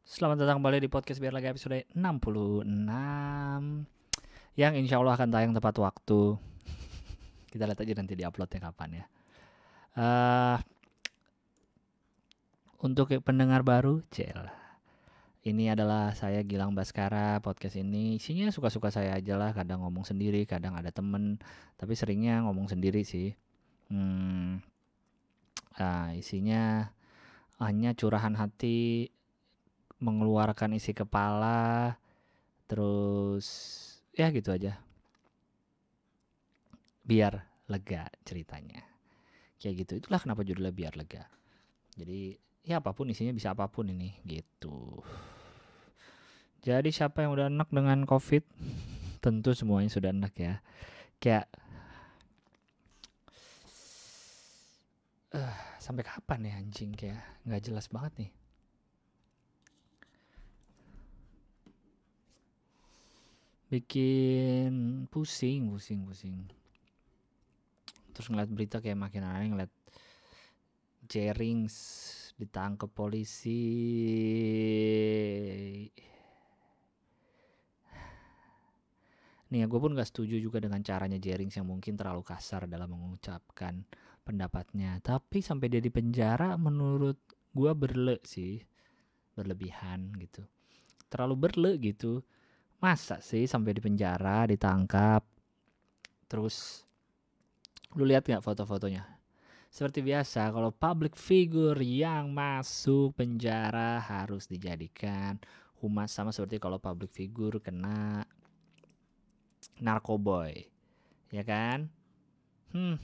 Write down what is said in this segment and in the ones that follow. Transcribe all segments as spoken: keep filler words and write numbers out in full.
Selamat datang kembali di podcast Biar Lega episode enam puluh enam yang insya Allah akan tayang tepat waktu. Kita lihat aja nanti di uploadnya kapan ya. Uh, untuk pendengar baru, cel. Ini adalah saya Gilang Baskara. Podcast ini isinya suka-suka saya aja lah. Kadang ngomong sendiri, kadang ada temen. Tapi seringnya ngomong sendiri sih. Hmm, uh, isinya hanya curahan hati, mengeluarkan isi kepala, terus ya gitu aja, biar lega ceritanya kayak gitu. Itulah kenapa judulnya Biar Lega. Jadi ya apapun isinya, bisa apapun ini gitu. Jadi siapa yang udah enak dengan covid? Tentu semuanya sudah enak ya. Kayak uh, sampai kapan ya anjing, kayak nggak jelas banget nih. Bikin pusing, pusing, pusing. Terus ngeliat berita kayak makin aneh, ngeliat Jerings ditangkap polisi. Nih ya, gue pun gak setuju juga dengan caranya Jerings yang mungkin terlalu kasar dalam mengucapkan pendapatnya. Tapi sampai dia di penjara menurut gue berle sih, berlebihan gitu. Terlalu berle gitu. Masa sih sampai di penjara, ditangkap, terus lu lihat gak foto-fotonya? Seperti biasa, kalau public figure yang masuk penjara harus dijadikan humas, sama seperti kalau public figure kena narkoboy, ya kan? Hmm,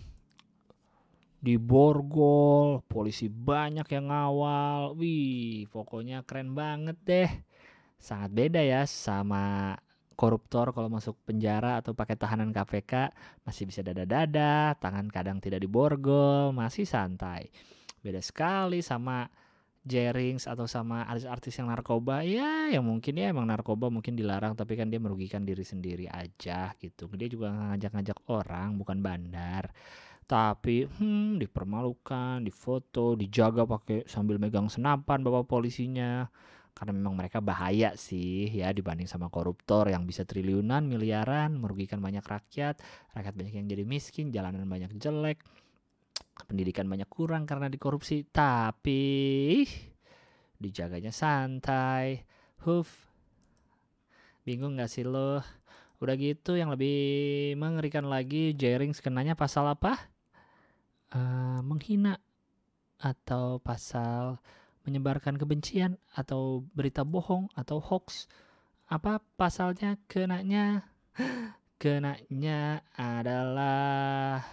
diborgol, polisi banyak yang ngawal, wih, pokoknya keren banget deh. Sangat beda ya sama koruptor kalau masuk penjara atau pakai tahanan K P K, masih bisa dada-dada, tangan kadang tidak diborgol, masih santai. Beda sekali sama Jerings atau sama artis-artis yang narkoba, ya yang mungkin ya emang narkoba mungkin dilarang, tapi kan dia merugikan diri sendiri aja gitu. Dia juga ngajak-ngajak orang, bukan bandar. Tapi hmm, dipermalukan, difoto, dijaga pakai sambil megang senapan bapak polisinya. Karena memang mereka bahaya sih ya dibanding sama koruptor yang bisa triliunan, miliaran, merugikan banyak rakyat. Rakyat banyak yang jadi miskin, jalanan banyak jelek, pendidikan banyak kurang karena dikorupsi. Tapi dijaganya santai. Huf, bingung gak sih lo? Udah gitu yang lebih mengerikan lagi, Jerings kenanya pasal apa? Uh, menghina atau pasal menyebarkan kebencian atau berita bohong atau hoax. Apa pasalnya? Kenanya kenanya adalah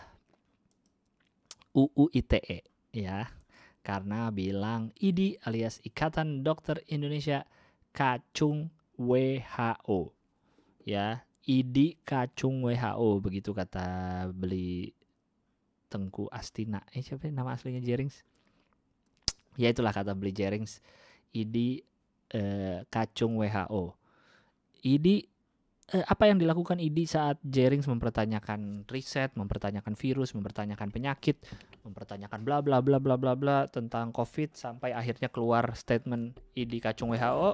U U I T E ya, karena bilang I D I alias Ikatan Dokter Indonesia kacung W H O ya. I D I kacung W H O, begitu kata beli Tengku Astina. Eh siapa ya nama aslinya Jerings? Ya itulah kata beli Jerings. I D I eh, kacung W H O. I D I eh, apa yang dilakukan I D I saat Jerings mempertanyakan riset, mempertanyakan virus, mempertanyakan penyakit, mempertanyakan bla bla bla bla bla bla tentang COVID, sampai akhirnya keluar statement I D I kacung W H O.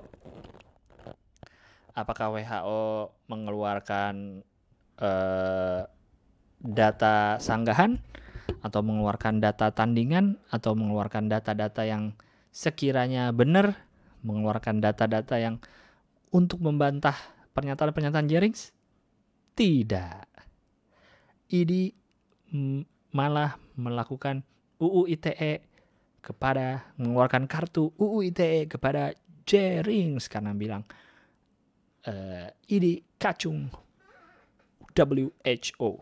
Apakah W H O mengeluarkan eh, data sanggahan, atau mengeluarkan data tandingan, atau mengeluarkan data-data yang sekiranya benar, mengeluarkan data-data yang untuk membantah pernyataan-pernyataan Jerings? Tidak. I D I malah melakukan U U I T E kepada, mengeluarkan kartu U U I T E kepada Jerings karena bilang uh, I D I kacung W H O.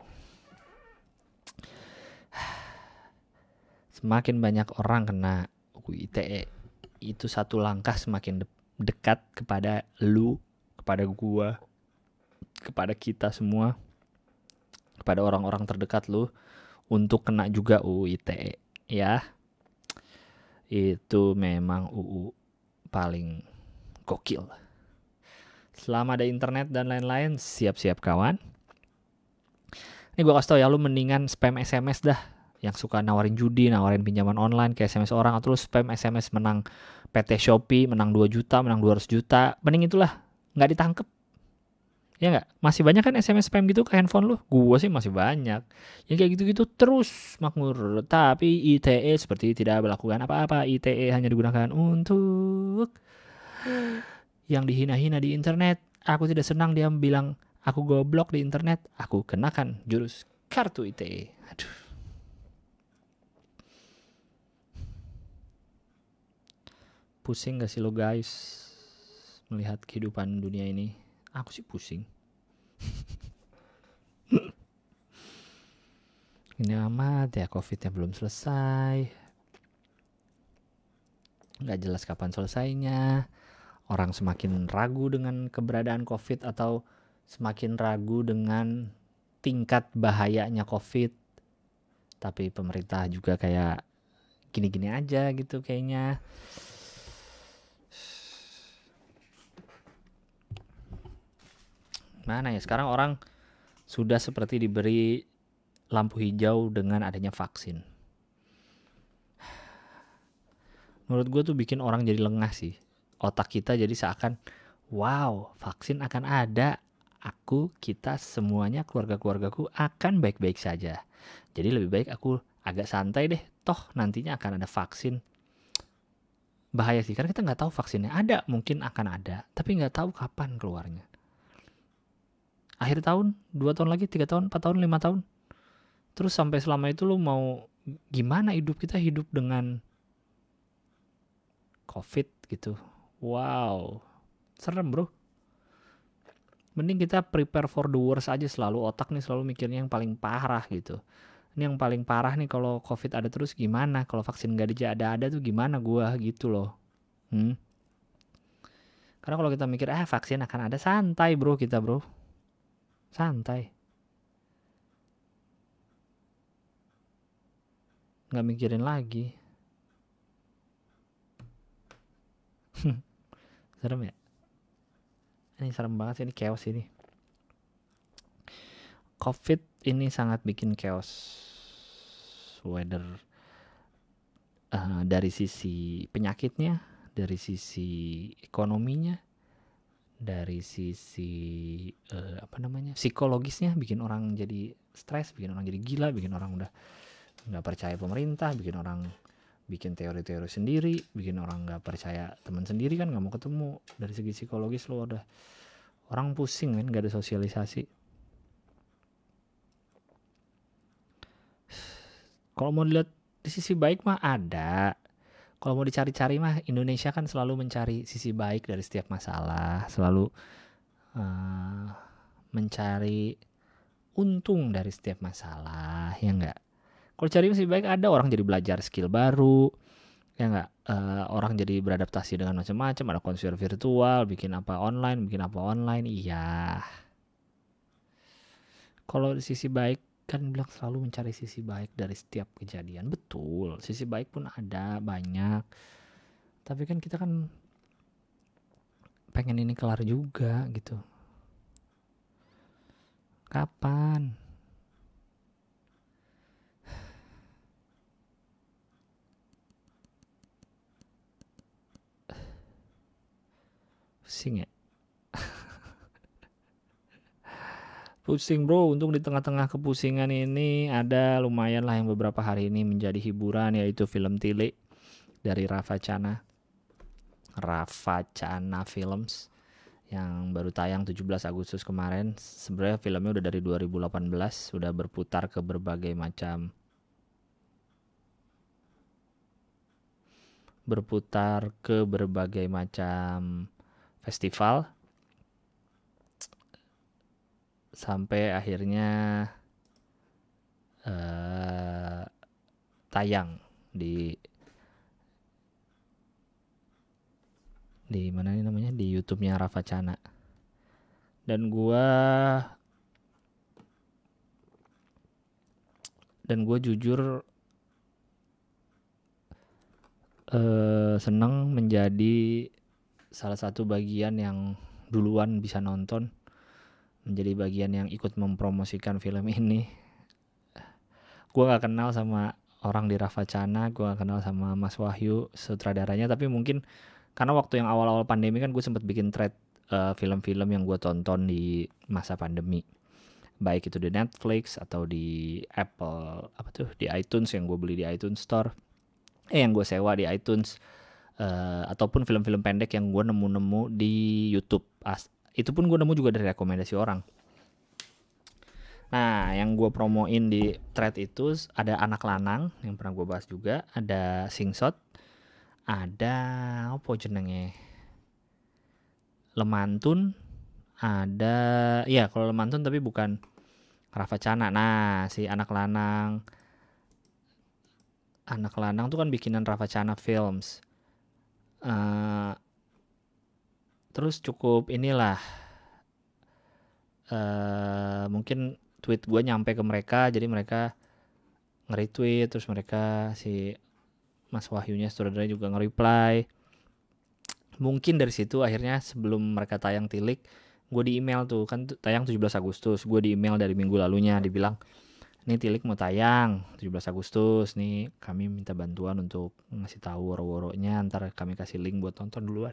Semakin banyak orang kena U U I T E, itu satu langkah semakin de- dekat kepada lu, kepada gua, kepada kita semua, kepada orang-orang terdekat lu untuk kena juga U U I T E ya. Itu memang U U paling gokil. Selama ada internet dan lain-lain, siap-siap kawan. Ini gue kasih tau ya, lu mendingan spam S M S dah. Yang suka nawarin judi, nawarin pinjaman online ke S M S orang, atau lu spam S M S menang P T Shopee menang dua juta, menang dua ratus juta, mending itulah nggak ditangkep. Ya nggak? Masih banyak kan S M S spam gitu ke handphone lu? Gua sih masih banyak. Yang kayak gitu-gitu terus makmur. Tapi I T E seperti tidak melakukan apa-apa. I T E hanya digunakan untuk yang dihina-hina di internet. Aku tidak senang dia bilang aku goblok di internet. Aku kenakan jurus kartu I T E. Aduh. Pusing gak sih lo guys melihat kehidupan dunia ini? Aku sih pusing. Ini amat ya, covidnya belum selesai. Gak jelas kapan selesainya. Orang semakin ragu dengan keberadaan covid atau semakin ragu dengan tingkat bahayanya covid. Tapi pemerintah juga kayak gini-gini aja gitu kayaknya. Mana ya, sekarang orang sudah seperti diberi lampu hijau dengan adanya vaksin. Menurut gue tuh bikin orang jadi lengah sih. Otak kita jadi seakan, wow, vaksin akan ada. Aku, kita, semuanya, keluarga-keluargaku akan baik-baik saja. Jadi lebih baik aku agak santai deh. Toh nantinya akan ada vaksin. Bahaya sih, karena kita nggak tahu vaksinnya ada. Mungkin akan ada, tapi nggak tahu kapan keluarnya. Akhir tahun, dua tahun lagi, tiga tahun, empat tahun, lima tahun. Terus sampai selama itu lu mau gimana hidup kita hidup dengan covid gitu. Wow, serem bro. Mending kita prepare for the worst aja selalu. Otak nih selalu mikirnya yang paling parah gitu. Ini yang paling parah nih kalau covid ada terus gimana. Kalau vaksin gak ada-ada tuh gimana gua gitu loh. Hmm. Karena kalau kita mikir ah vaksin akan ada, santai bro kita bro. Santai. Gak mikirin lagi. Serem ya? Ini serem banget sih, ini chaos ini. Covid ini sangat bikin chaos. Whether uh, dari sisi penyakitnya, dari sisi ekonominya, dari sisi uh, apa namanya psikologisnya, bikin orang jadi stres, bikin orang jadi gila, bikin orang udah nggak percaya pemerintah, bikin orang bikin teori-teori sendiri, bikin orang nggak percaya teman sendiri kan nggak mau ketemu. Dari segi psikologis lo udah orang pusing kan, nggak ada sosialisasi. Kalau mau dilihat di sisi baik mah ada. Kalau mau dicari-cari mah Indonesia kan selalu mencari sisi baik dari setiap masalah, selalu uh, mencari untung dari setiap masalah, ya enggak? Kalau cari sisi baik ada, orang jadi belajar skill baru, ya enggak? Uh, orang jadi beradaptasi dengan macam-macam, ada konser virtual, bikin apa online, bikin apa online, iya. Kalau di sisi baik kan bilang selalu mencari sisi baik dari setiap kejadian. Betul, sisi baik pun ada banyak. Tapi kan kita kan pengen ini kelar juga gitu. Kapan? Pusing ya? Pusing bro, untung di tengah-tengah kepusingan ini ada lumayan lah yang beberapa hari ini menjadi hiburan, yaitu film Tile dari Ravachana Ravachana Films yang baru tayang tujuh belas Agustus kemarin. Sebenarnya filmnya udah dari dua ribu delapan belas, sudah berputar ke berbagai macam berputar ke berbagai macam festival sampai akhirnya uh, tayang di di mana nih namanya, di YouTube-nya Ravachana. Dan gua dan gua jujur uh, seneng menjadi salah satu bagian yang duluan bisa nonton, menjadi bagian yang ikut mempromosikan film ini. Gue gak kenal sama orang di Ravacana, gue gak kenal sama Mas Wahyu sutradaranya, tapi mungkin karena waktu yang awal-awal pandemi kan gue sempet bikin thread uh, film-film yang gue tonton di masa pandemi, baik itu di Netflix atau di Apple apa tuh di iTunes yang gue beli di iTunes Store, eh yang gue sewa di iTunes, uh, ataupun film-film pendek yang gue nemu-nemu di YouTube. As- itu pun gue nemu juga dari rekomendasi orang. Nah, yang gue promoin di thread itu ada Anak Lanang yang pernah gue bahas juga, ada Singsot, ada apa jenenge, Lemantun, ada ya kalau Lemantun tapi bukan Ravacana. Nah, si Anak Lanang, Anak Lanang tuh kan bikinan Ravacana Films. Uh, terus cukup inilah, uh, mungkin tweet gue nyampe ke mereka, jadi mereka nge-retweet, terus mereka si Mas Wahyunya sutradara juga nge-reply. Mungkin dari situ akhirnya sebelum mereka tayang Tilik, gue di email tuh, kan tayang tujuh belas Agustus, gue di email dari minggu lalunya, dibilang nih Tilik mau tayang tujuh belas Agustus nih, kami minta bantuan untuk ngasih tahu woro-woronya, ntar kami kasih link buat tonton duluan.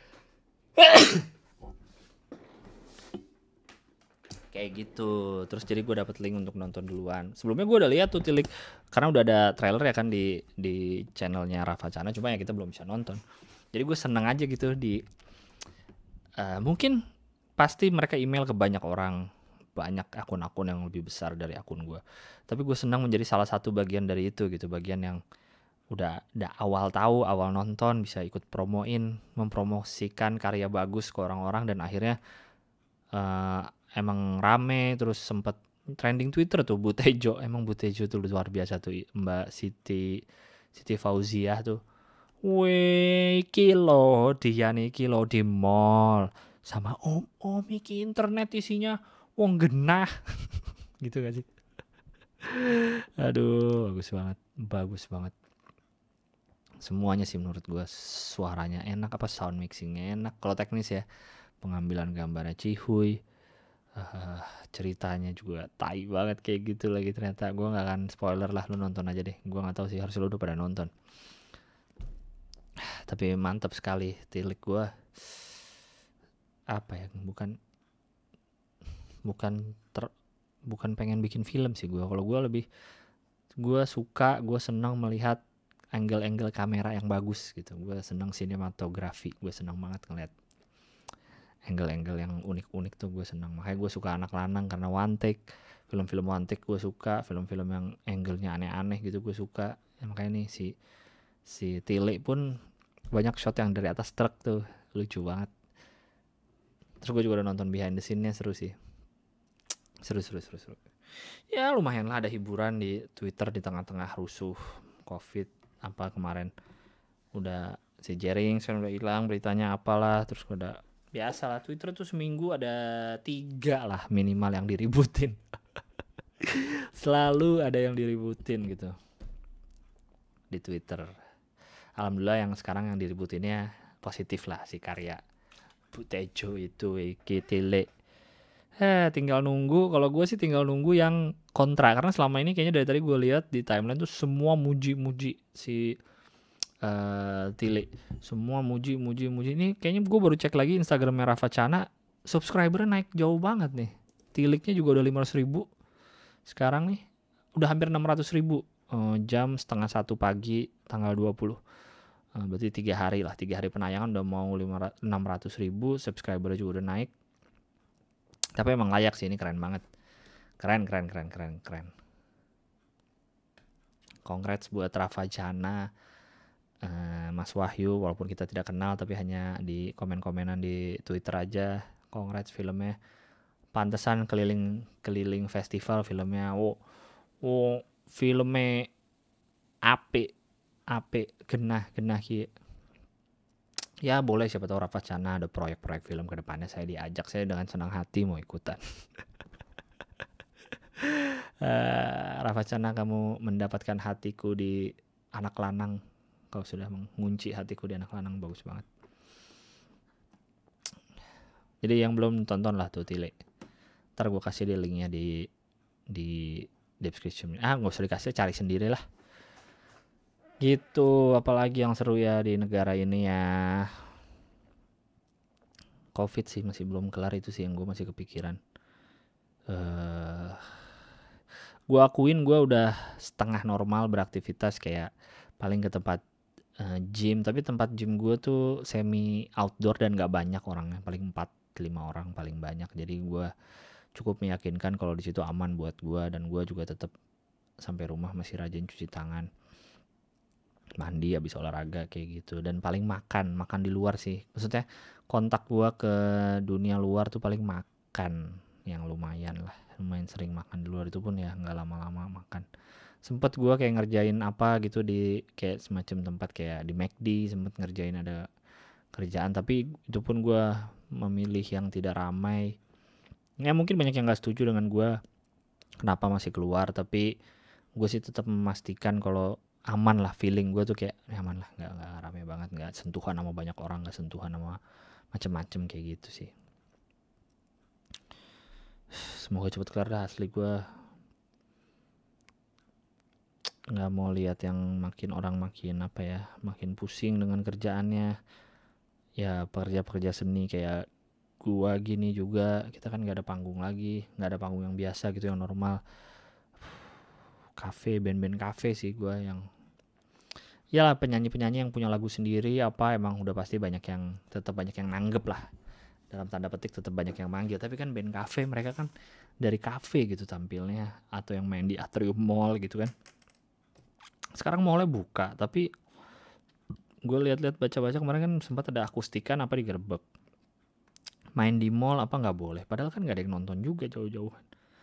Kayak gitu. Terus jadi gue dapet link untuk nonton duluan. Sebelumnya gue udah lihat tuh Tilik, karena udah ada trailer ya kan di di channelnya Ravacana, cuma ya kita belum bisa nonton. Jadi gue seneng aja gitu di uh, mungkin pasti mereka email ke banyak orang, banyak akun-akun yang lebih besar dari akun gue. Tapi gue senang menjadi salah satu bagian dari itu gitu, bagian yang udah udah awal tahu, awal nonton, bisa ikut promoin, mempromosikan karya bagus ke orang-orang, dan akhirnya uh, emang rame, terus sempet trending Twitter tuh Bu Tejo. Emang Bu Tejo tuh luar biasa tuh, Mbak Siti Siti Fauziah tuh. Weh, kilo dia nih kilo di mall sama om om iki internet isinya wong genah gitu gak sih? Aduh, bagus banget, bagus banget. Semuanya sih menurut gue, suaranya enak, apa sound mixingnya enak. Kalau teknis ya, pengambilan gambarnya cihuy, uh, ceritanya juga tai banget kayak gitu lagi ternyata. Gue nggak akan spoiler lah, lu nonton aja deh. Gue nggak tahu sih, harus lu udah pada nonton. Tapi mantap sekali Tilik. Gue apa ya, bukan bukan ter, bukan pengen bikin film sih gue. Kalau gue lebih, gue suka, gue senang melihat angle-angle kamera yang bagus gitu. Gue senang sinematografi, gue senang banget ngeliat angle-angle yang unik-unik tuh gue senang. Makanya gue suka Anak Lanang karena one take, film-film one take gue suka, film-film yang angle-nya aneh-aneh gitu gue suka. Ya, makanya nih si si Tilik pun banyak shot yang dari atas truk tuh, lucu banget. Terus gue juga udah nonton behind the scene-nya, seru sih. Seru seru seru seru. Ya lumayan lah, ada hiburan di Twitter di tengah-tengah rusuh Covid apa kemarin. Udah si Jering kan udah hilang beritanya apalah, terus udah biasa lah Twitter tuh seminggu ada tiga lah minimal yang diributin. Selalu ada yang diributin gitu di Twitter. Alhamdulillah yang sekarang yang diributinnya positif lah, si karya Bu Tejo itu iki Tilik. Eh tinggal nunggu, kalau gue sih tinggal nunggu yang kontra, karena selama ini kayaknya dari tadi gue lihat di timeline tuh semua muji-muji si uh, Tilik, semua muji muji muji. Ini kayaknya gue baru cek lagi Instagramnya Ravacana, subscribernya naik jauh banget nih. Tiliknya juga udah lima ratus ribu sekarang nih, udah hampir enam ratus ribu uh, jam setengah satu pagi tanggal dua puluh. Uh, berarti tiga hari lah, tiga hari penayangan udah mau enam ratus ribu, subscribernya juga udah naik. Tapi emang layak sih, ini keren banget. Keren, keren, keren, keren, keren. Congrats buat Ravacana, uh, Mas Wahyu, walaupun kita tidak kenal, tapi hanya di komen-komenan di Twitter aja. Congrats filmnya. Pantesan keliling keliling festival filmnya. Wo, wo filmnya apik, apik, genah, genah ki. Ya boleh, siapa tahu Ravacana ada proyek-proyek film ke depannya, saya diajak, saya dengan senang hati mau ikutan. uh, Ravacana, kamu mendapatkan hatiku di Anak Lanang. Kau sudah mengunci hatiku di Anak Lanang, bagus banget. Jadi yang belum tonton lah tuh Tilik. Ntar gue kasih di linknya di di description. Ah nggak usah dikasih, cari sendiri lah. Gitu, apalagi yang seru ya di negara ini ya. Covid sih masih belum kelar, itu sih yang gue masih kepikiran. Eh, gue akuin gue udah setengah normal beraktivitas, kayak paling ke tempat eh, gym, tapi tempat gym gue tuh semi outdoor dan gak banyak orangnya, paling empat lima orang paling banyak. Jadi gue cukup meyakinkan kalau di situ aman buat gue, dan gue juga tetap sampai rumah masih rajin cuci tangan, mandi habis olahraga kayak gitu. Dan paling makan makan di luar sih, maksudnya kontak gue ke dunia luar tuh paling makan yang lumayan lah, lumayan sering makan di luar, itu pun ya nggak lama-lama makan. Sempet gue kayak ngerjain apa gitu di kayak semacam tempat kayak di McD, sempet ngerjain ada kerjaan, tapi itu pun gue memilih yang tidak ramai. Ya mungkin banyak yang nggak setuju dengan gue kenapa masih keluar, tapi gue sih tetap memastikan kalau aman lah, feeling gue tuh kayak aman lah, nggak nggak rame banget, nggak sentuhan sama banyak orang, nggak sentuhan sama macem-macem kayak gitu sih. Semoga cepet kelar dah, asli gue nggak mau lihat yang makin orang makin apa ya, makin pusing dengan kerjaannya. Ya pekerja-pekerja seni kayak gua gini juga, kita kan nggak ada panggung lagi, nggak ada panggung yang biasa gitu yang normal. Kafe, band-band kafe sih gua yang ya penyanyi-penyanyi yang punya lagu sendiri apa, emang udah pasti banyak yang tetap banyak yang nanggep lah, dalam tanda petik tetap banyak yang manggil. Tapi kan band kafe mereka kan dari kafe gitu tampilnya, atau yang main di atrium mall gitu kan. Sekarang mallnya buka, tapi gue lihat-lihat baca-baca kemarin kan sempat ada akustikan apa digerebek. Main di mall apa nggak boleh, padahal kan nggak ada yang nonton juga jauh-jauhan.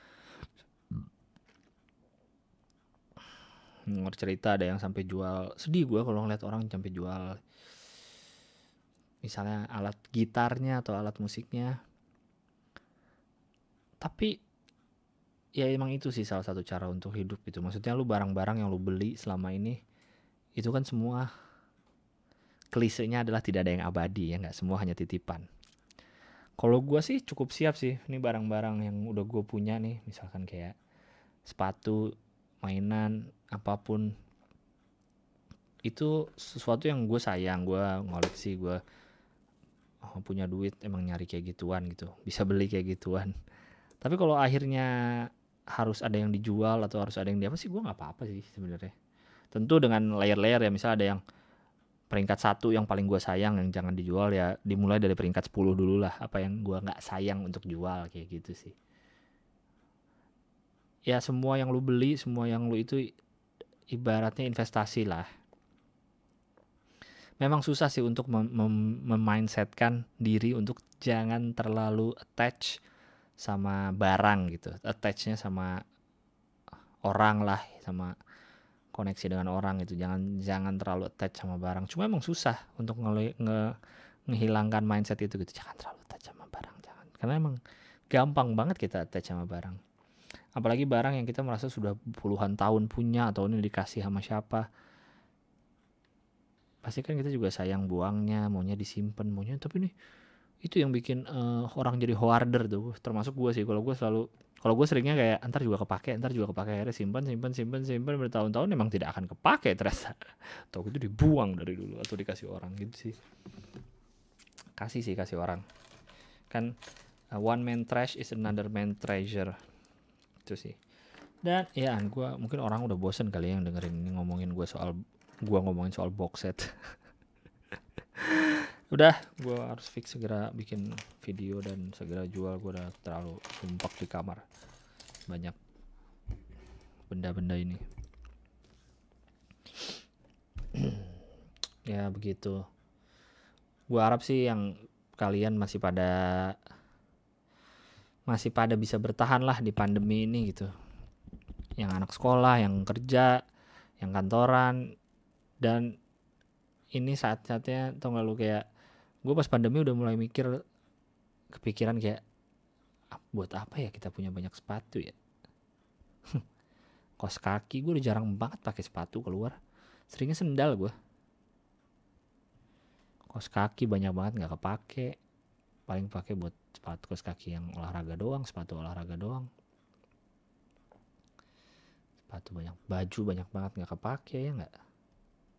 Dengar cerita ada yang sampai jual, sedih gue kalau ngeliat orang sampai jual misalnya alat gitarnya atau alat musiknya. Tapi ya emang itu sih salah satu cara untuk hidup gitu, maksudnya lu barang-barang yang lu beli selama ini itu kan semua klisenya adalah tidak ada yang abadi ya, nggak, semua hanya titipan. Kalau gue sih cukup siap sih, ini barang-barang yang udah gue punya nih, misalkan kayak sepatu, mainan, apapun, itu sesuatu yang gue sayang, gue ngoleksi, gue oh, punya duit emang nyari kayak gituan gitu, bisa beli kayak gituan. Tapi kalau akhirnya harus ada yang dijual atau harus ada yang di apa sih, gue nggak apa-apa sih sebenarnya. Tentu dengan layer-layer ya, misalnya ada yang peringkat satu yang paling gue sayang yang jangan dijual, ya dimulai dari peringkat sepuluh dulu lah, apa yang gue nggak sayang untuk jual kayak gitu sih. Ya semua yang lu beli, semua yang lu itu ibaratnya investasi lah. Memang susah sih untuk mem- mem- memindsetkan diri untuk jangan terlalu attach sama barang gitu, attachnya sama orang lah, sama koneksi dengan orang itu, jangan jangan terlalu attach sama barang. Cuma emang susah untuk nge, nge menghilangkan mindset itu gitu, jangan terlalu attach sama barang, jangan, karena emang gampang banget kita attach sama barang, apalagi barang yang kita merasa sudah puluhan tahun punya atau ini dikasih sama siapa. Pasti kan kita juga sayang buangnya, maunya disimpan, maunya, tapi nih itu yang bikin uh, orang jadi hoarder tuh, termasuk gue sih. Kalau gue selalu, kalau gue seringnya kayak antar juga kepake, antar juga kepake, akhirnya simpan simpan simpan simpan bertahun-tahun emang tidak akan kepake ternyata. Atau itu dibuang dari dulu atau dikasih orang gitu sih. Kasih sih, kasih orang. Kan uh, one man trash is another man treasure. Itu sih. Dan ya gue mungkin orang udah bosen kali ya yang dengerin ini ngomongin gue soal gue ngomongin soal box set. Udah, gue harus fix segera bikin video dan segera jual, gue udah terlalu sumpek di kamar, banyak benda-benda ini. Ya begitu, gue harap sih yang kalian masih pada masih pada bisa bertahan lah di pandemi ini gitu, yang anak sekolah, yang kerja, yang kantoran. Dan ini saat-saatnya, tau gak lu, kayak gue pas pandemi udah mulai mikir, kepikiran kayak buat apa ya kita punya banyak sepatu ya. Kos kaki gue udah jarang banget pakai sepatu keluar, seringnya sendal gue. Kos kaki banyak banget nggak kepake, paling pakai buat sepatu kos kaki yang olahraga doang, sepatu olahraga doang. Sepatu banyak, baju banyak banget nggak kepake ya nggak.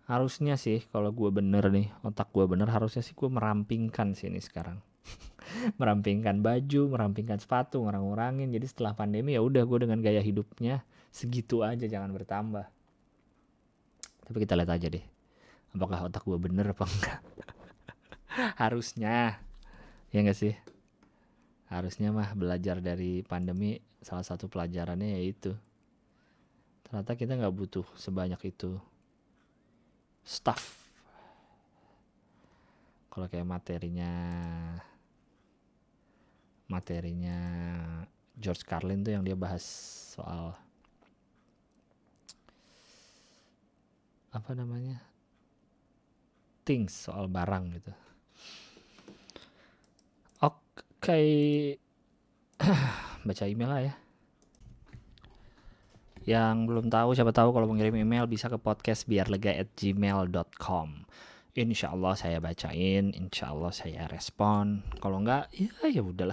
Harusnya sih kalau gue bener nih, otak gue bener, harusnya sih gue merampingkan sih ini sekarang. Merampingkan baju, merampingkan sepatu, ngurang-ngurangin. Jadi setelah pandemi ya udah gue dengan gaya hidupnya segitu aja, jangan bertambah. Tapi kita lihat aja deh, apakah otak gue bener apa enggak. Harusnya, ya enggak sih? Harusnya mah belajar dari pandemi, salah satu pelajarannya yaitu ternyata kita nggak butuh sebanyak itu stuff. Kalau kayak materinya materinya George Carlin tuh yang dia bahas soal apa namanya, things, soal barang gitu. Oke, baca email lah ya. Yang belum tahu, siapa tahu kalau mengirim email bisa ke podcast biarlega at gmail dot com. Insya Allah saya bacain, insya Allah saya respon. Kalau enggak, ya ya udahlah.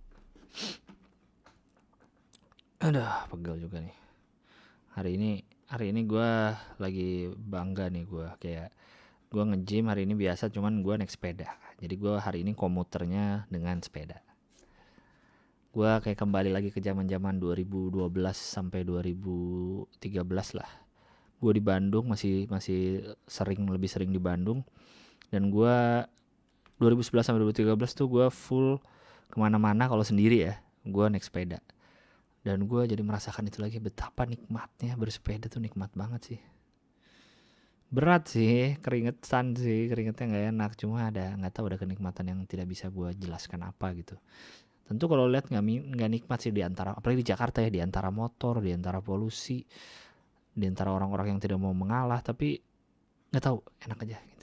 Aduh, pegel juga nih. Hari ini, hari ini gue lagi bangga nih gue. Kayak gue nge-gym hari ini biasa, cuman gue naik sepeda. Jadi gue hari ini komuternya dengan sepeda. Gue kayak kembali lagi ke zaman-zaman dua ribu dua belas sampai dua ribu tiga belas lah. Gue di Bandung masih masih sering lebih sering di Bandung, dan gue dua ribu sebelas sampai dua ribu tiga belas tuh gue full kemana-mana kalau sendiri ya, gue naik sepeda. Dan gue jadi merasakan itu lagi, betapa nikmatnya bersepeda tuh, nikmat banget sih. Berat sih, keringetan sih, keringetnya nggak enak, cuma ada nggak tahu ada kenikmatan yang tidak bisa gue jelaskan apa gitu. Tentu kalau lihat nggak nggak nikmat sih di antara, apalagi di Jakarta ya, di antara motor, di antara polusi, di antara orang-orang yang tidak mau mengalah, tapi nggak tahu, enak aja gitu.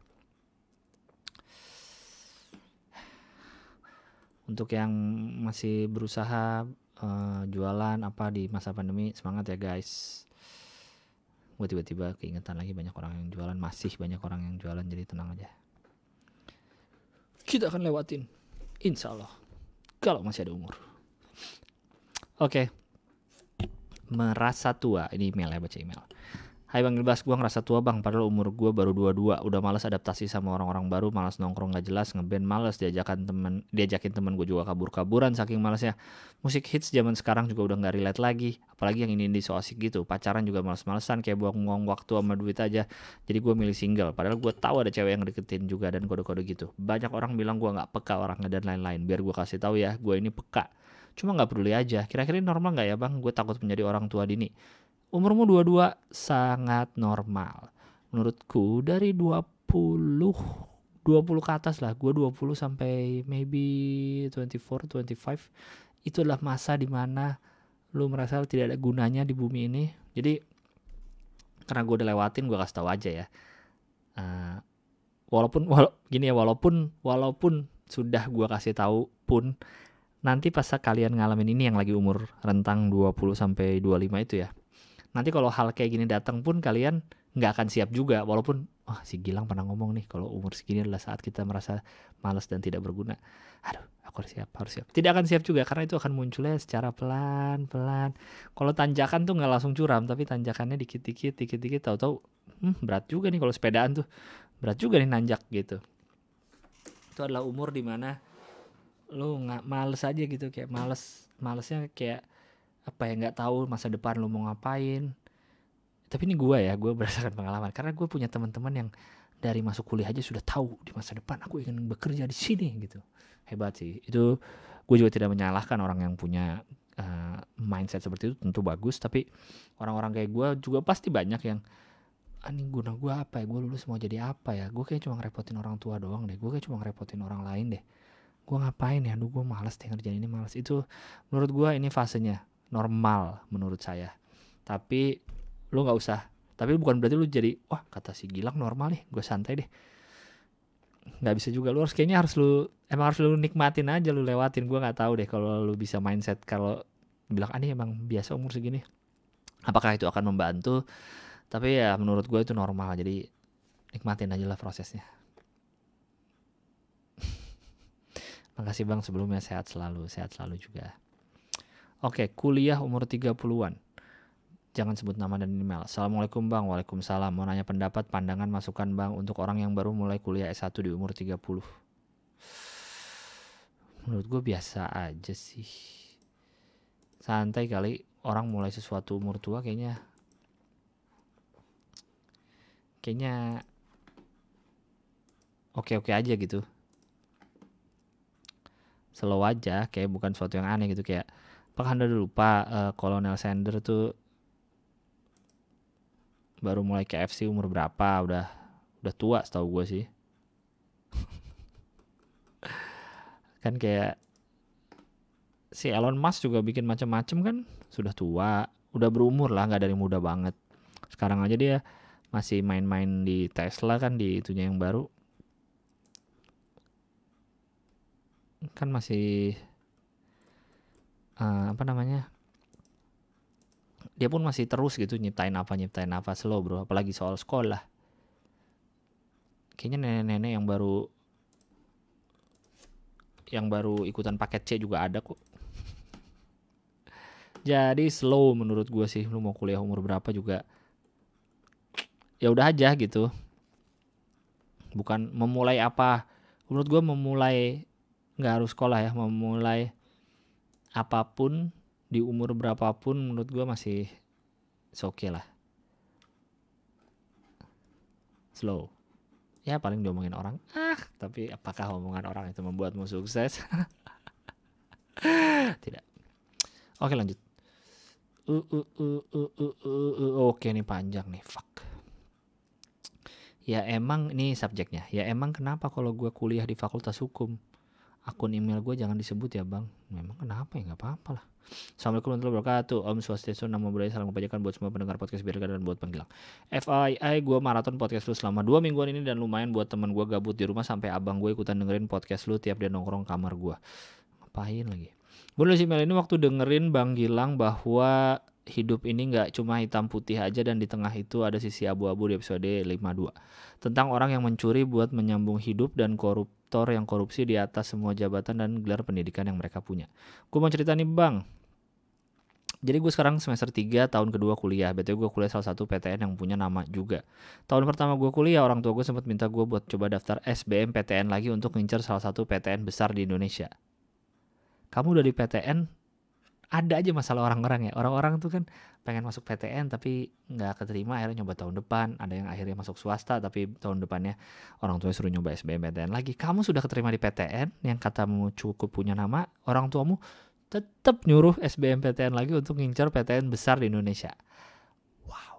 Untuk yang masih berusaha uh, jualan apa di masa pandemi, semangat ya guys. Gue tiba-tiba keingetan lagi banyak orang yang jualan, masih banyak orang yang jualan, jadi tenang aja. Kita akan lewatin, insya Allah, kalau masih ada umur. Oke, okay. Merasa tua, ini email ya, baca email. Hai Bang Gilbas, gue ngerasa tua bang, padahal umur gue baru dua puluh dua. Udah malas adaptasi sama orang-orang baru, malas nongkrong gak jelas, ngeband malas, diajakan temen, diajakin temen gue juga kabur-kaburan saking malasnya. Musik hits zaman sekarang juga udah gak relate lagi, apalagi yang ini di so asik gitu. Pacaran juga males-malesan, kayak buang-buang waktu sama duit aja. Jadi gue milih single, padahal gue tahu ada cewek yang deketin juga dan kode-kode gitu. Banyak orang bilang gue gak peka orangnya dan lain-lain. Biar gue kasih tahu ya, gue ini peka, cuma gak peduli aja. Kira-kira normal gak ya bang? Gue takut menjadi orang tua dini. Umurmu dua puluh dua sangat normal. Menurutku dari dua puluh dua puluh ke atas lah. Gue dua puluh sampai maybe dua puluh empat, dua puluh lima. Itu adalah masa dimana lu merasa tidak ada gunanya di bumi ini. Jadi karena gue udah lewatin, gue kasih tahu aja ya. Uh, walaupun wala- gini ya, walaupun walaupun sudah gue kasih tahu pun, nanti pas kalian ngalamin ini yang lagi umur rentang dua puluh sampai dua puluh lima itu ya, nanti kalau hal kayak gini datang pun kalian nggak akan siap juga. Walaupun wah, si Gilang pernah ngomong nih kalau umur segini adalah saat kita merasa malas dan tidak berguna. Aduh, aku harus siap, harus siap. Tidak akan siap juga karena itu akan munculnya secara pelan-pelan. Kalau tanjakan tuh nggak langsung curam, tapi tanjakannya dikit-dikit, dikit-dikit, tahu-tahu hmm, berat juga nih kalau sepedaan tuh. Berat juga nih nanjak gitu. Itu adalah umur dimana lu nggak males aja gitu, kayak males, malesnya kayak apa ya, nggak tahu masa depan lu mau ngapain. Tapi ini gue ya, gue berdasarkan pengalaman, karena gue punya teman-teman yang dari masuk kuliah aja sudah tahu di masa depan aku ingin bekerja di sini gitu. Hebat sih itu. Gue juga tidak menyalahkan orang yang punya uh, mindset seperti itu, tentu bagus. Tapi orang-orang kayak gue juga pasti banyak yang ah, ini guna gue apa ya, gue lulus mau jadi apa ya, gue kayak cuma ngerepotin orang tua doang deh, gue kayak cuma ngerepotin orang lain deh, gue ngapain ya, aduh gue malas deh ngerjain ini, malas. Itu menurut gue ini fasenya normal menurut saya. Tapi lu nggak usah, tapi bukan berarti lu jadi wah kata si Gilang normal nih, gue santai deh. Nggak bisa juga, lu harus kayaknya harus lu emang harus lu nikmatin aja, lu lewatin. Gue nggak tahu deh kalau lu bisa mindset kalau bilang ah ini emang biasa umur segini, apakah itu akan membantu. Tapi ya menurut gue itu normal, jadi nikmatin aja lah prosesnya. Makasih bang sebelumnya, sehat selalu, sehat selalu juga. Oke, kuliah umur tiga puluhan. Jangan sebut nama dan email. Assalamualaikum Bang. Waalaikumsalam. Mau nanya pendapat, pandangan, masukan Bang untuk orang yang baru mulai kuliah S satu di umur tiga puluh. Menurut gue biasa aja sih. Santai kali, orang mulai sesuatu umur tua kayaknya kayaknya oke-oke aja gitu. Slow aja, kayak bukan sesuatu yang aneh gitu. Kayak apakah Anda udah lupa uh, Kolonel Sanders tuh baru mulai K F C umur berapa? Udah udah tua setahu gue sih. Kan kayak si Elon Musk juga bikin macam-macam kan, sudah tua, udah berumur lah, nggak dari muda banget. Sekarang aja dia masih main-main di Tesla kan, di itunya yang baru. Kan masih uh, apa namanya? Dia pun masih terus gitu nyiptain apa nyiptain apa slow bro, apalagi soal sekolah. Kayaknya nenek-nenek yang baru yang baru ikutan paket C juga ada kok. Jadi slow menurut gue sih. Lu mau kuliah umur berapa juga ya udah aja gitu. Bukan memulai apa. Menurut gue memulai nggak harus sekolah ya. Memulai apapun di umur berapapun menurut gue masih oke okay lah. Slow. Ya paling diomongin orang. Ah, tapi apakah omongan orang itu membuatmu sukses? Tidak. Oke lanjut. Uh, uh, uh, uh, uh, uh, uh. Oke nih panjang nih. Fuck. Ya emang ini subjeknya. Ya emang kenapa kalau gue kuliah di Fakultas Hukum akun email gue jangan disebut ya bang? Memang kenapa ya? Nggak apa-apa lah. Assalamualaikum warahmatullahi wabarakatuh. Om Swastiastu, Namo Buddhaya, salam kebajikan buat semua pendengar podcast Birga dan buat penggilang. F Y I, gue maraton podcast lu selama dua mingguan ini dan lumayan buat temen gue gabut di rumah sampai abang gue ikutan dengerin podcast lu tiap dia nongkrong kamar gue. Ngapain lagi? Gue nulis email ini waktu dengerin Bang Gilang bahwa hidup ini gak cuma hitam putih aja dan di tengah itu ada sisi abu-abu di episode lima puluh dua. Tentang orang yang mencuri buat menyambung hidup dan koruptor yang korupsi di atas semua jabatan dan gelar pendidikan yang mereka punya. Gue mau cerita nih bang. Jadi gue sekarang semester tiga tahun kedua kuliah. B T W gue kuliah salah satu P T N yang punya nama juga. Tahun pertama gue kuliah orang tua gue sempat minta gue buat coba daftar S B M P T N lagi untuk ngincer salah satu P T N besar di Indonesia. Kamu udah di P T N, ada aja masalah orang-orang ya. Orang-orang tuh kan pengen masuk P T N tapi gak keterima, akhirnya nyoba tahun depan. Ada yang akhirnya masuk swasta tapi tahun depannya orang tuanya suruh nyoba S B M P T N lagi. Kamu sudah keterima di P T N yang katamu cukup punya nama, orang tuamu tetap nyuruh S B M P T N lagi untuk ngincar P T N besar di Indonesia. Wow.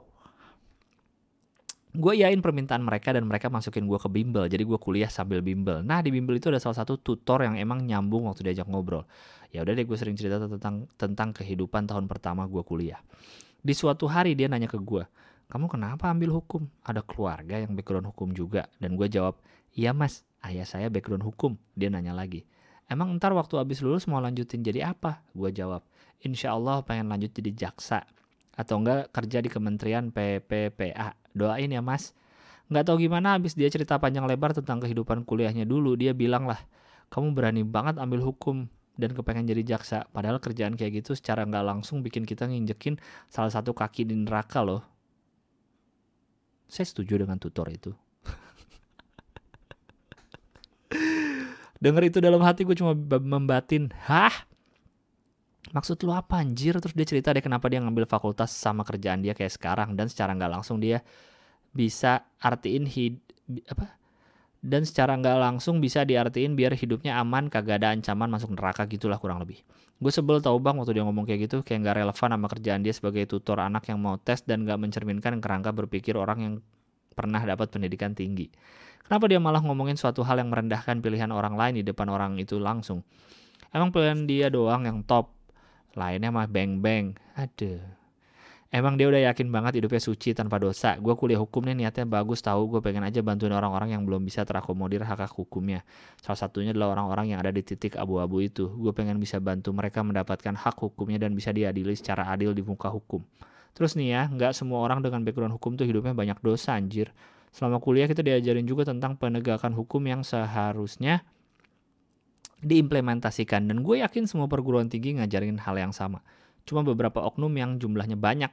Gue iain permintaan mereka dan mereka masukin gue ke bimbel. Jadi gue kuliah sambil bimbel. Nah di bimbel itu ada salah satu tutor yang emang nyambung waktu diajak ngobrol. Ya udah deh gue sering cerita tentang tentang kehidupan tahun pertama gue kuliah. Di suatu hari dia nanya ke gue, kamu kenapa ambil hukum? Ada keluarga yang background hukum juga. Dan gue jawab, iya mas, ayah saya background hukum. Dia nanya lagi, emang ntar waktu abis lulus mau lanjutin jadi apa? Gue jawab, insya Allah pengen lanjut jadi jaksa. Atau enggak kerja di Kementerian P P P A. Doain ya mas. Nggak tahu gimana abis dia cerita panjang lebar tentang kehidupan kuliahnya dulu. Dia bilang lah, kamu berani banget ambil hukum dan kepengen jadi jaksa. Padahal kerjaan kayak gitu secara nggak langsung bikin kita nginjekin salah satu kaki di neraka loh. Saya setuju dengan tutor itu. Dengar itu dalam hati gue cuma membatin, hah? Maksud lu apa anjir? Terus dia cerita deh kenapa dia ngambil fakultas sama kerjaan dia kayak sekarang. Dan secara gak langsung dia bisa artiin hid, apa? Dan secara gak langsung bisa diartiin biar hidupnya aman, kagak ada ancaman masuk neraka gitulah kurang lebih. Gue sebel tau bang waktu dia ngomong kayak gitu. Kayak gak relevan sama kerjaan dia sebagai tutor anak yang mau tes dan gak mencerminkan kerangka berpikir orang yang pernah dapat pendidikan tinggi. Kenapa dia malah ngomongin suatu hal yang merendahkan pilihan orang lain di depan orang itu langsung? Emang pilihan dia doang yang top? Lainnya mah beng-beng. Aduh. Emang dia udah yakin banget hidupnya suci tanpa dosa. Gue kuliah hukum nih niatnya bagus tahu. Gue pengen aja bantuin orang-orang yang belum bisa terakomodir hak-hak hukumnya. Salah satunya adalah orang-orang yang ada di titik abu-abu itu. Gue pengen bisa bantu mereka mendapatkan hak hukumnya dan bisa diadili secara adil di muka hukum. Terus nih ya, gak semua orang dengan background hukum tuh hidupnya banyak dosa anjir. Selama kuliah kita diajarin juga tentang penegakan hukum yang seharusnya diimplementasikan. Dan gue yakin semua perguruan tinggi ngajarin hal yang sama. Cuma beberapa oknum yang jumlahnya banyak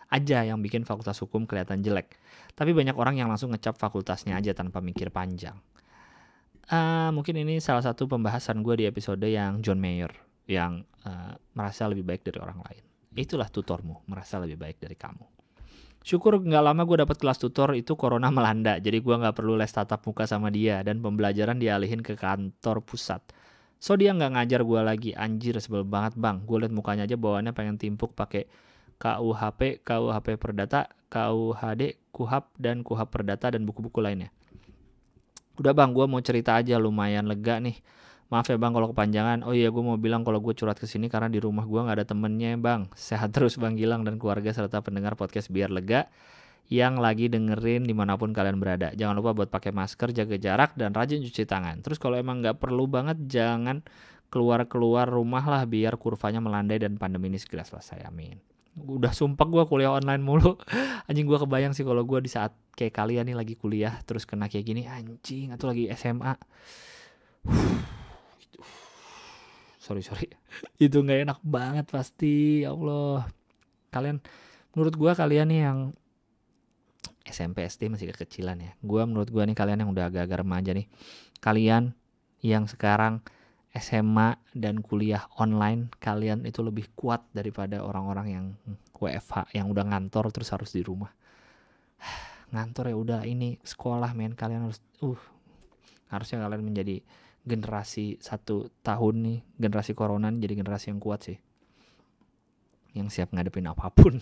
aja yang bikin fakultas hukum kelihatan jelek. Tapi banyak orang yang langsung ngecap fakultasnya aja tanpa mikir panjang. Uh, mungkin ini salah satu pembahasan gue di episode yang John Mayer yang uh, merasa lebih baik dari orang lain. Itulah tutormu, merasa lebih baik dari kamu. Syukur gak lama gue dapet kelas tutor itu corona melanda, jadi gue gak perlu les tatap muka sama dia dan pembelajaran dialihin ke kantor pusat. So dia gak ngajar gue lagi, anjir sebel banget bang. Gue liat mukanya aja bawaannya pengen timpuk pakai K U H P, K U H P Perdata, K U H D, Kuhap, dan Kuhap Perdata dan buku-buku lainnya. Udah bang, gue mau cerita aja, lumayan lega nih. Maaf ya bang kalau kepanjangan. Oh iya, gue mau bilang kalau gue curhat kesini karena di rumah gue gak ada temennya bang. Sehat terus bang Gilang dan keluarga serta pendengar podcast Biar Lega yang lagi dengerin dimanapun kalian berada. Jangan lupa buat pakai masker, jaga jarak, dan rajin cuci tangan. Terus kalau emang gak perlu banget, jangan keluar-keluar rumah lah biar kurvanya melandai dan pandemi ini segera selesai. Amin. Udah sumpah gue kuliah online mulu. Anjing, gue kebayang sih kalau gue di saat kayak kalian nih lagi kuliah terus kena kayak gini, anjing, atau lagi S M A. Sorry sorry itu nggak enak banget pasti, ya Allah. Kalian, menurut gue kalian nih yang S M P S D masih kekecilan ya. Gue menurut gue nih kalian yang udah agak-agak remaja nih, kalian yang sekarang S M A dan kuliah online, kalian itu lebih kuat daripada orang-orang yang W F H yang udah ngantor terus harus di rumah. Ngantor ya udah, ini sekolah men, kalian harus uh harusnya kalian menjadi generasi satu tahun nih, generasi corona nih, jadi generasi yang kuat sih, yang siap ngadepin apapun.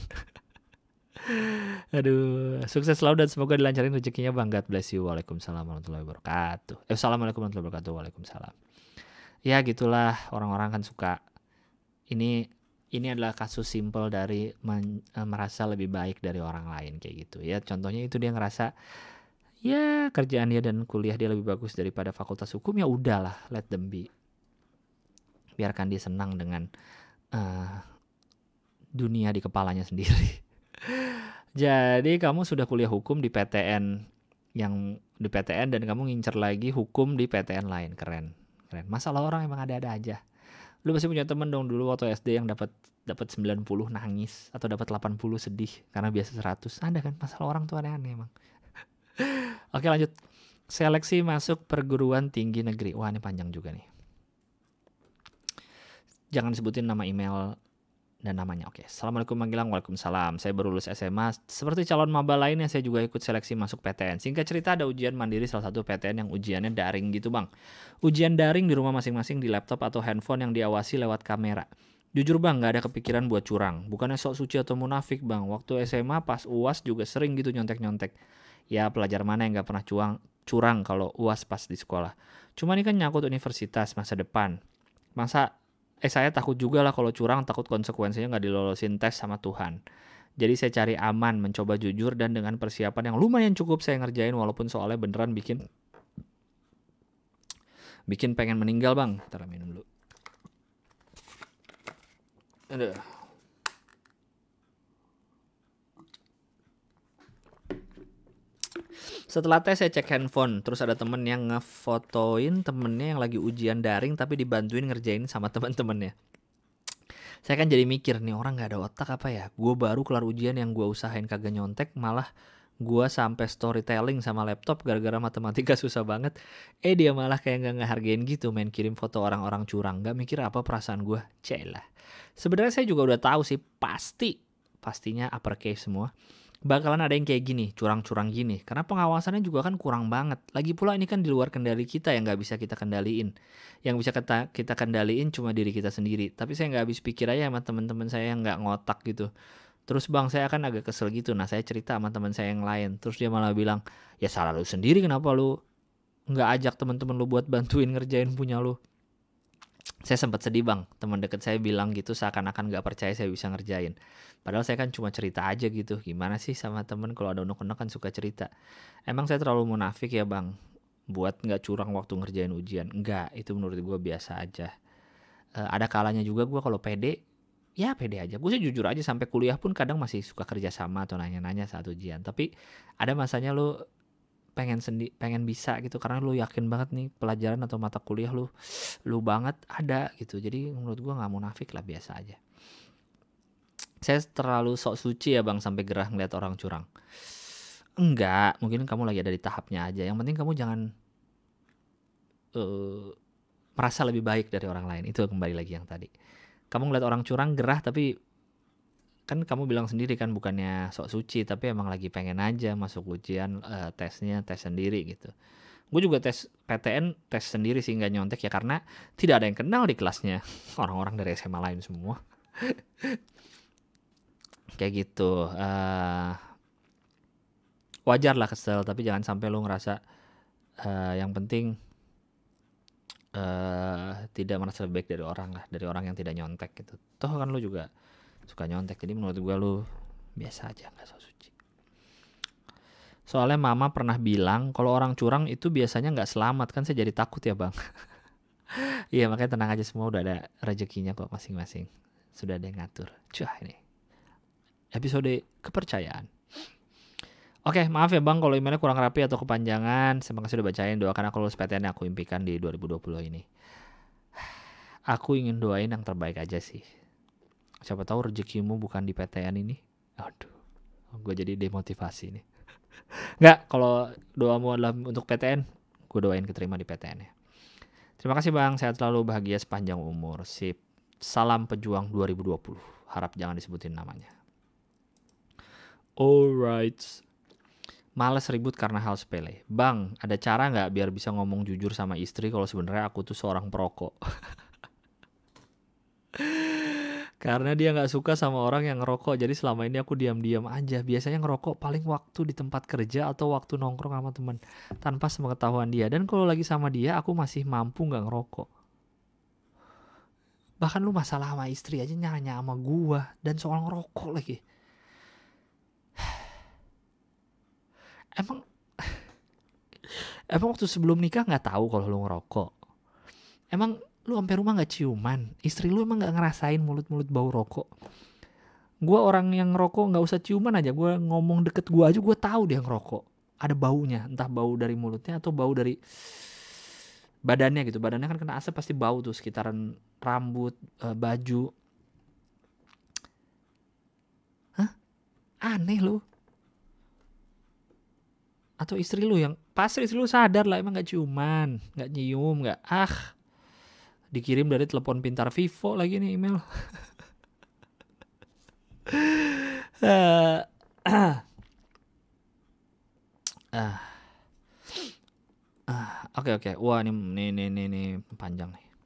Aduh, sukses selalu dan semoga dilancarin rezekinya bang. God bless you. Waalaikumsalam warahmatullahi wabarakatuh. Eh, assalamualaikum warahmatullahi wabarakatuh. Waalaikumsalam. Ya gitulah, orang-orang kan suka. Ini ini adalah kasus simpel dari men, merasa lebih baik dari orang lain kayak gitu ya. Contohnya itu dia ngerasa ya kerjaan dia dan kuliah dia lebih bagus daripada fakultas hukum, ya udahlah, let them be. Biarkan dia senang dengan uh, dunia di kepalanya sendiri. Jadi kamu sudah kuliah hukum di P T N yang di P T N dan kamu ngincer lagi hukum di P T N lain, keren. Keren. Masalah orang emang ada-ada aja. Lu pasti punya temen dong dulu waktu S D yang dapat dapat sembilan puluh nangis atau dapat delapan puluh sedih karena biasa seratus. Ada kan, masalah orang tuh aneh-aneh emang. Oke lanjut. Seleksi masuk perguruan tinggi negeri. Wah ini panjang juga nih. Jangan sebutin nama email dan namanya. Oke. Assalamualaikum Bang Gilang. Waalaikumsalam. Saya baru lulus S M A. Seperti calon maba lainnya, saya juga ikut seleksi masuk P T N. Singkat cerita ada ujian mandiri salah satu P T N yang ujiannya daring gitu bang. Ujian daring di rumah masing-masing di laptop atau handphone yang diawasi lewat kamera. Jujur bang, gak ada kepikiran buat curang. Bukannya sok suci atau munafik bang. Waktu S M A pas U A S juga sering gitu nyontek-nyontek. Ya pelajar mana yang gak pernah curang, curang kalau U A S pas di sekolah. Cuma ini kan nyangkut universitas masa depan. Masa Eh saya takut juga lah kalau curang, takut konsekuensinya gak dilolosin tes sama Tuhan. Jadi saya cari aman, mencoba jujur dan dengan persiapan yang lumayan cukup saya ngerjain walaupun soalnya beneran bikin bikin pengen meninggal bang. Ntar minum dulu. Aduh. Setelah tes saya cek handphone, terus ada temen yang ngefotoin temennya yang lagi ujian daring tapi dibantuin ngerjain sama teman-temannya. Saya kan jadi mikir, nih orang gak ada otak apa ya? Gue baru kelar ujian yang gue usahain kagak nyontek, malah gue sampai storytelling sama laptop gara-gara matematika susah banget. Eh dia malah kayak gak ngehargain gitu, main kirim foto orang-orang curang. Gak mikir apa perasaan gue? Celah. Sebenarnya saya juga udah tahu sih, pasti, pastinya uppercase semua. Bakalan ada yang kayak gini, curang-curang gini. Karena pengawasannya juga kan kurang banget. Lagi pula ini kan di luar kendali kita yang gak bisa kita kendaliin. Yang bisa kita, kita kendaliin cuma diri kita sendiri. Tapi saya gak habis pikir aja sama teman-teman saya yang gak ngotak gitu. Terus bang saya kan agak kesel gitu. Nah saya cerita sama teman saya yang lain. Terus dia malah bilang, ya salah lu sendiri kenapa lu gak ajak teman-teman lu buat bantuin ngerjain punya lu. Saya sempat sedih bang, teman deket saya bilang gitu seakan-akan gak percaya saya bisa ngerjain. Padahal saya kan cuma cerita aja gitu. Gimana sih sama temen kalau ada unek-unek kan suka cerita. Emang saya terlalu munafik ya bang buat gak curang waktu ngerjain ujian? Enggak, itu menurut gue biasa aja. E, ada kalanya juga gue kalau pede, ya pede aja. Gue sih jujur aja sampai kuliah pun kadang masih suka kerja sama atau nanya-nanya saat ujian. Tapi ada masanya lu pengen sendi pengen bisa gitu karena lu yakin banget nih pelajaran atau mata kuliah lu lu banget ada gitu. Jadi menurut gua nggak munafik lah, biasa aja. Saya terlalu sok suci ya bang sampai gerah ngeliat orang curang. Enggak, mungkin kamu lagi ada di tahapnya aja. Yang penting kamu jangan uh, merasa lebih baik dari orang lain. Itu kembali lagi yang tadi. Kamu ngeliat orang curang gerah tapi kan kamu bilang sendiri kan bukannya sok suci tapi emang lagi pengen aja masuk ujian uh, tesnya tes sendiri gitu. Gue juga tes P T N tes sendiri sih nggak nyontek ya karena tidak ada yang kenal di kelasnya orang-orang dari S M A lain semua. Kayak gitu. Uh, wajar lah kesel tapi jangan sampai lo ngerasa uh, yang penting uh, tidak merasa lebih baik dari orang lah dari orang yang tidak nyontek gitu. Toh kan lo juga suka nyontek jadi menurut gue lo biasa aja nggak so suci. Soalnya mama pernah bilang kalau orang curang itu biasanya nggak selamat kan saya jadi takut ya bang. Iya makanya tenang aja semua udah ada rezekinya kok masing-masing sudah ada yang ngatur. Cah ini episode kepercayaan. Oke maaf ya bang kalau emailnya kurang rapi atau kepanjangan. Terima kasih udah bacain. Doakan aku lulus P T N yang aku impikan di dua ribu dua puluh ini. Aku ingin doain yang terbaik aja sih. Siapa tahu rezekimu bukan di P T N ini. Aduh, gue jadi demotivasi nih. Nggak, kalau doamu adalah untuk P T N, gue doain keterima di P T N ya. Terima kasih bang, sehat selalu, bahagia sepanjang umur. Sip, salam pejuang dua ribu dua puluh. Harap jangan disebutin namanya. Alright. Males ribut karena hal sepele. Bang, ada cara nggak biar bisa ngomong jujur sama istri kalau sebenarnya aku tuh seorang perokok? Karena dia gak suka sama orang yang ngerokok. Jadi selama ini aku diam-diam aja. Biasanya ngerokok paling waktu di tempat kerja atau waktu nongkrong sama teman tanpa sepengetahuan dia. Dan kalau lagi sama dia aku masih mampu gak ngerokok. Bahkan lu masalah sama istri aja nyanya sama gua. Dan soal ngerokok lagi. Emang Emang waktu sebelum nikah gak tahu kalau lu ngerokok? Emang lu sampai rumah gak ciuman? Istri lu emang gak ngerasain mulut-mulut bau rokok? Gue orang yang ngerokok gak usah ciuman aja. Gue ngomong deket gue aja gue tahu dia ngerokok. Ada baunya. Entah bau dari mulutnya atau bau dari badannya gitu. Badannya kan kena asap pasti bau tuh. Sekitaran rambut, uh, baju. Hah? Aneh lu. Atau istri lu yang pasti istri lu sadar lah emang gak ciuman. Gak nyium, gak ah. Dikirim dari telepon pintar Vivo lagi nih email. uh, uh, uh, uh, Oke oke. Wah ini nih nih nih nih panjang nih.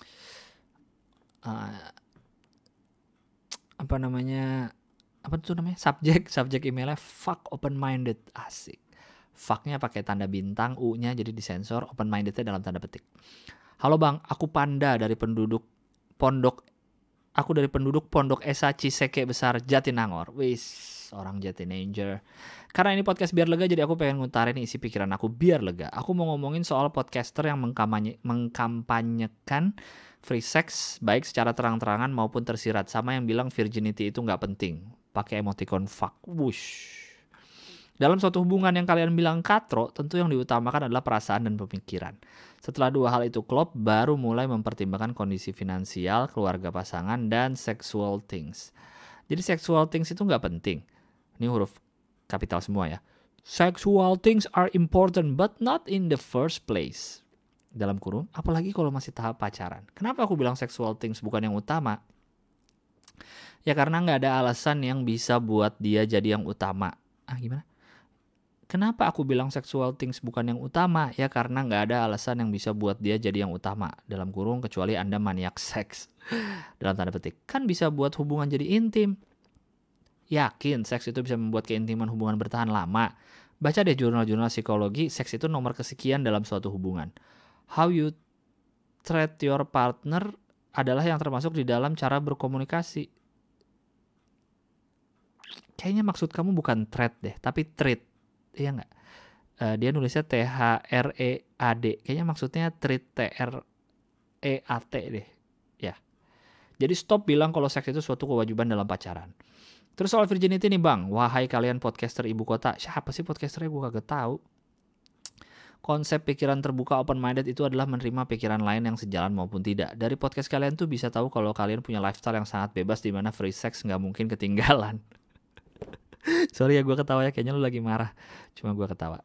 Uh, apa namanya? Apa tuh namanya? Subjek subjek emailnya fuck open minded. Asik. Fucknya pakai tanda bintang, U-nya jadi disensor, open mindednya dalam tanda petik. Halo bang, aku Panda dari penduduk pondok, aku dari penduduk pondok Esa Ciseke Besar Jatinangor. Wis, orang Jatinanger. Karena ini podcast biar lega, jadi aku pengen ngutarin isi pikiran aku biar lega. Aku mau ngomongin soal podcaster yang mengkampanye, mengkampanyekan free sex, baik secara terang-terangan maupun tersirat. Sama yang bilang virginity itu gak penting. Pakai emoticon fuck. Wush. Dalam suatu hubungan yang kalian bilang katro, tentu yang diutamakan adalah perasaan dan pemikiran. Setelah dua hal itu klop, baru mulai mempertimbangkan kondisi finansial, keluarga pasangan, dan sexual things. Jadi sexual things itu gak penting. Ini huruf kapital semua ya. Sexual things are important but not in the first place. Dalam kurung, apalagi kalau masih tahap pacaran. Kenapa aku bilang sexual things bukan yang utama? Ya karena gak ada alasan yang bisa buat dia jadi yang utama. Ah gimana? Kenapa aku bilang sexual things bukan yang utama? Ya karena gak ada alasan yang bisa buat dia jadi yang utama. Dalam kurung kecuali Anda maniak seks. Dalam tanda petik. Kan bisa buat hubungan jadi intim. Yakin seks itu bisa membuat keintiman hubungan bertahan lama. Baca deh jurnal-jurnal psikologi. Seks itu nomor kesekian dalam suatu hubungan. How you treat your partner adalah yang termasuk di dalam cara berkomunikasi. Kayaknya maksud kamu bukan treat deh. Tapi treat. Iya nggak? Uh, dia nulisnya T H R E A D. Kayaknya maksudnya treat T R E A T deh. Ya. Jadi stop bilang kalau seks itu suatu kewajiban dalam pacaran. Terus soal virginity nih bang. Wahai kalian podcaster ibu kota. Siapa sih podcasternya? Gue kagak tahu. Konsep pikiran terbuka open minded itu adalah menerima pikiran lain yang sejalan maupun tidak. Dari podcast kalian tuh bisa tahu kalau kalian punya lifestyle yang sangat bebas di mana free sex nggak mungkin ketinggalan. Sorry ya gue ketawa ya, kayaknya lu lagi marah. Cuma gue ketawa.